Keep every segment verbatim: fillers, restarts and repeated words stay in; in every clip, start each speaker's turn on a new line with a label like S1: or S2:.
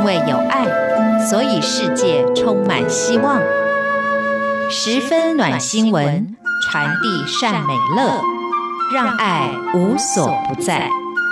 S1: 为有爱，所以世界充满希望。十分暖心文，传递善美乐，让爱无所不在。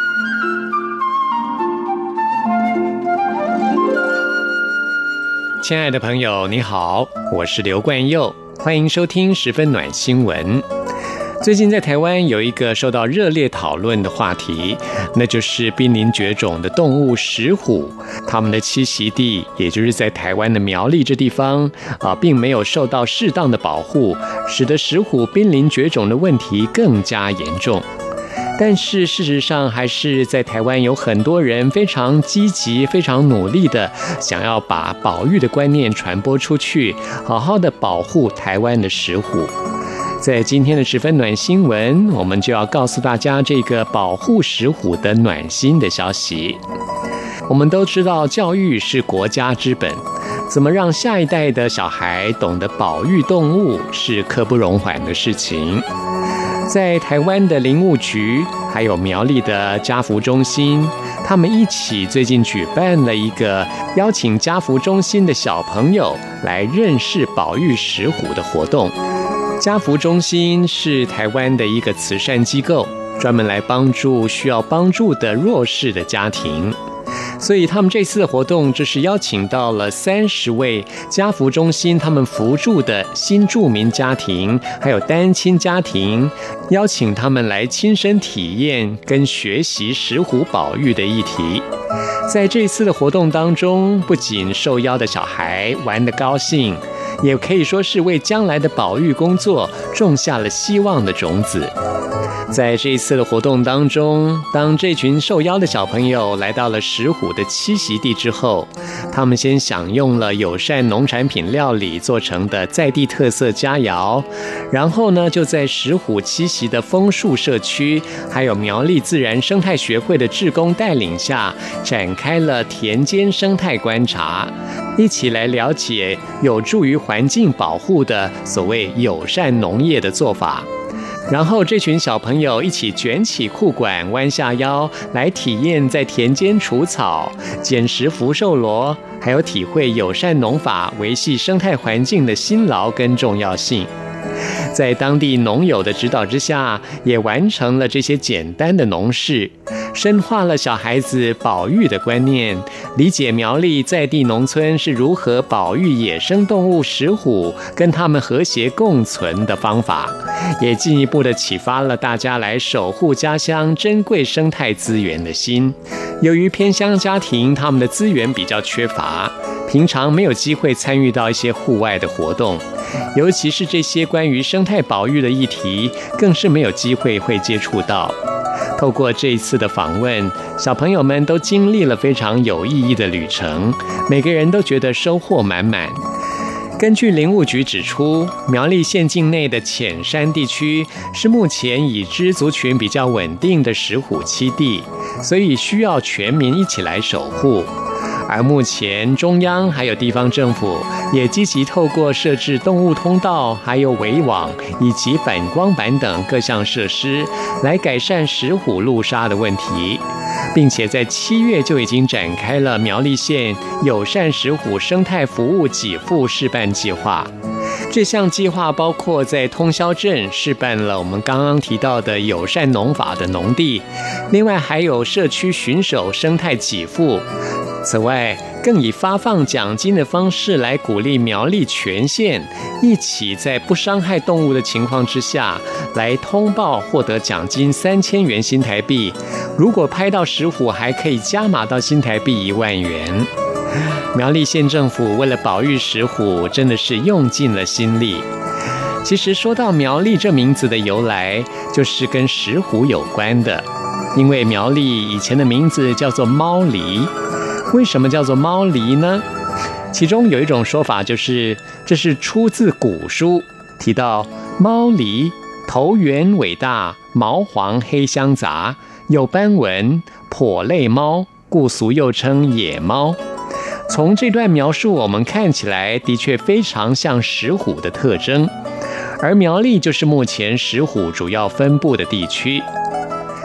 S2: 亲爱的朋友，你好，我是刘冠佑，欢迎收听十分暖新闻。最近在台湾有一个受到热烈讨论的话题，那就是濒临绝种的动物石虎，它们的栖息地也就是在台湾的苗栗这地方啊，并没有受到适当的保护，使得石虎濒临绝种的问题更加严重。但是事实上，还是在台湾有很多人非常积极、非常努力的想要把保育的观念传播出去，好好的保护台湾的石虎。在今天的十分暖新闻，我们就要告诉大家这个保护石虎的暖心的消息。我们都知道教育是国家之本，怎么让下一代的小孩懂得保育动物是刻不容缓的事情。在台湾的林务局还有苗栗的家福中心，他们一起最近举办了一个邀请家福中心的小朋友来认识保育石虎的活动。家福中心是台湾的一个慈善机构，专门来帮助需要帮助的弱势的家庭。所以他们这次的活动就是邀请到了三十位家福中心他们扶助的新住民家庭，还有单亲家庭，邀请他们来亲身体验跟学习石虎保育的议题。在这次的活动当中，不仅受邀的小孩玩得高兴，也可以说是为将来的保育工作种下了希望的种子。在这一次的活动当中，当这群受邀的小朋友来到了石虎的栖息地之后，他们先享用了友善农产品料理做成的在地特色佳肴，然后呢，就在石虎栖息的枫树社区，还有苗栗自然生态学会的志工带领下，展开了田间生态观察，一起来了解有助于环境保护的所谓友善农业的做法。然后这群小朋友一起卷起裤管，弯下腰，来体验在田间除草、捡拾福寿螺，还有体会友善农法维系生态环境的辛劳跟重要性。在当地农友的指导之下，也完成了这些简单的农事，深化了小孩子保育的观念，理解苗栗在地农村是如何保育野生动物石虎，跟他们和谐共存的方法，也进一步的启发了大家来守护家乡珍贵生态资源的心。由于偏乡家庭他们的资源比较缺乏，平常没有机会参与到一些户外的活动，尤其是这些关于生态保育的议题，更是没有机会会接触到。透过这一次的访问，小朋友们都经历了非常有意义的旅程，每个人都觉得收获满满。根据林务局指出，苗栗县境内的浅山地区是目前已知族群比较稳定的石虎栖地，所以需要全民一起来守护。而目前中央还有地方政府也积极透过设置动物通道，还有围网以及反光板等各项设施，来改善石虎路杀的问题，并且在七月就已经展开了苗栗县友善石虎生态服务给付示范计划。这项计划包括在通霄镇示范了我们刚刚提到的友善农法的农地，另外还有社区巡守生态给付。此外，更以发放奖金的方式来鼓励苗栗全县一起在不伤害动物的情况之下，来通报获得奖金三千元新台币，如果拍到石虎还可以加码到新台币一万元。苗栗县政府为了保育石虎，真的是用尽了心力。其实说到苗栗这名字的由来，就是跟石虎有关的，因为苗栗以前的名字叫做猫犁。为什么叫做猫犁呢？其中有一种说法就是，这是出自古书，提到猫犁头圆尾大，毛黄黑相杂，有斑纹，跛类猫，故俗又称野猫。从这段描述我们看起来的确非常像石虎的特征，而苗栗就是目前石虎主要分布的地区。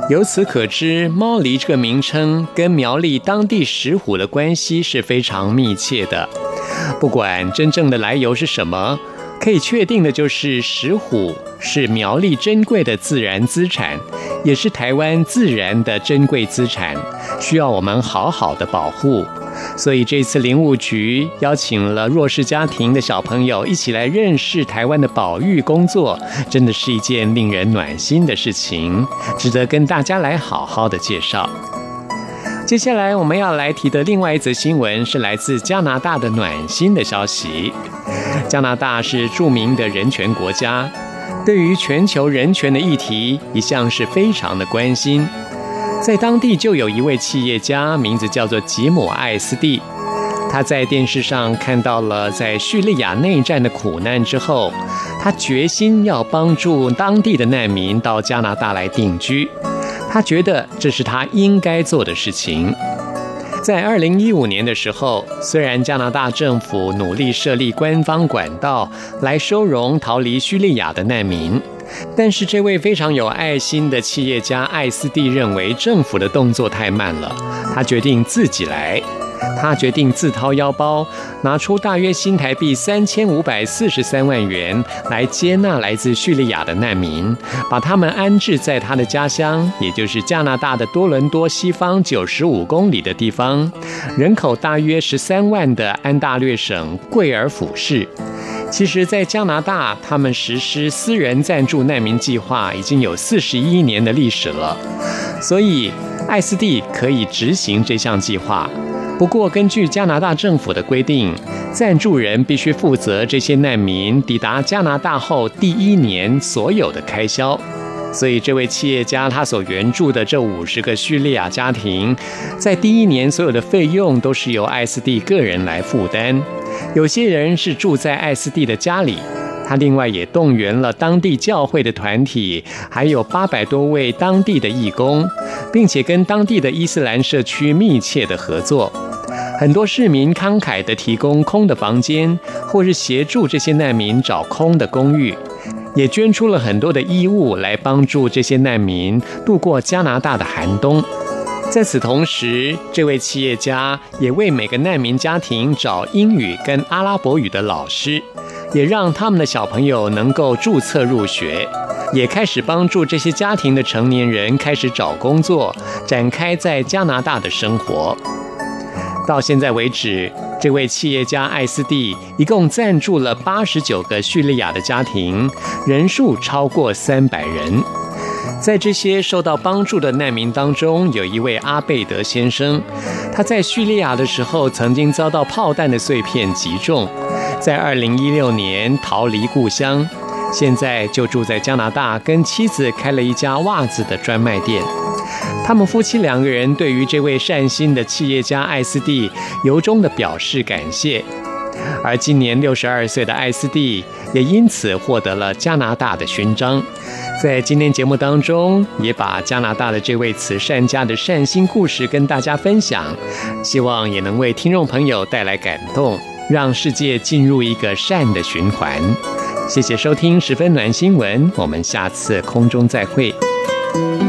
S2: 由此可知，猫狸这个名称跟苗栗当地石虎的关系是非常密切的。不管真正的来由是什么，可以确定的就是石虎是苗栗珍贵的自然资产，也是台湾自然的珍贵资产，需要我们好好的保护。所以这次林务局邀请了弱势家庭的小朋友一起来认识台湾的保育工作，真的是一件令人暖心的事情，值得跟大家来好好的介绍。接下来我们要来提的另外一则新闻是来自加拿大的暖心的消息。加拿大是著名的人权国家，对于全球人权的议题一向是非常的关心。在当地就有一位企业家，名字叫做吉姆·艾斯蒂。他在电视上看到了在叙利亚内战的苦难之后，他决心要帮助当地的难民到加拿大来定居。他觉得这是他应该做的事情。在二零一五年的时候，虽然加拿大政府努力设立官方管道来收容逃离叙利亚的难民，但是这位非常有爱心的企业家艾斯蒂认为政府的动作太慢了，他决定自己来。他决定自掏腰包，拿出大约新台币三千五百四十三万元来接纳来自叙利亚的难民，把他们安置在他的家乡，也就是加拿大的多伦多西方九十五公里的地方，人口大约十三万的安大略省贵尔府市。其实在加拿大，他们实施私人赞助难民计划已经有四十一年的历史了，所以艾斯蒂可以执行这项计划。不过根据加拿大政府的规定，赞助人必须负责这些难民抵达加拿大后第一年所有的开销。所以这位企业家他所援助的这五十个叙利亚家庭，在第一年所有的费用都是由艾斯蒂个人来负担。有些人是住在艾斯蒂的家里，他另外也动员了当地教会的团体，还有八百多位当地的义工，并且跟当地的伊斯兰社区密切的合作。很多市民慷慨地提供空的房间，或是协助这些难民找空的公寓，也捐出了很多的衣物来帮助这些难民度过加拿大的寒冬。在此同时，这位企业家也为每个难民家庭找英语跟阿拉伯语的老师，也让他们的小朋友能够注册入学，也开始帮助这些家庭的成年人开始找工作，展开在加拿大的生活。到现在为止，这位企业家艾斯蒂一共赞助了八十九个叙利亚的家庭，人数超过三百人。在这些受到帮助的难民当中，有一位阿贝德先生，他在叙利亚的时候曾经遭到炮弹的碎片击中，在二零一六年逃离故乡，现在就住在加拿大，跟妻子开了一家袜子的专卖店。他们夫妻两个人对于这位善心的企业家艾斯蒂由衷地表示感谢，而今年六十二岁的艾斯蒂也因此获得了加拿大的勋章。在今天节目当中，也把加拿大的这位慈善家的善心故事跟大家分享，希望也能为听众朋友带来感动，让世界进入一个善的循环。谢谢收听十分暖新闻，我们下次空中再会。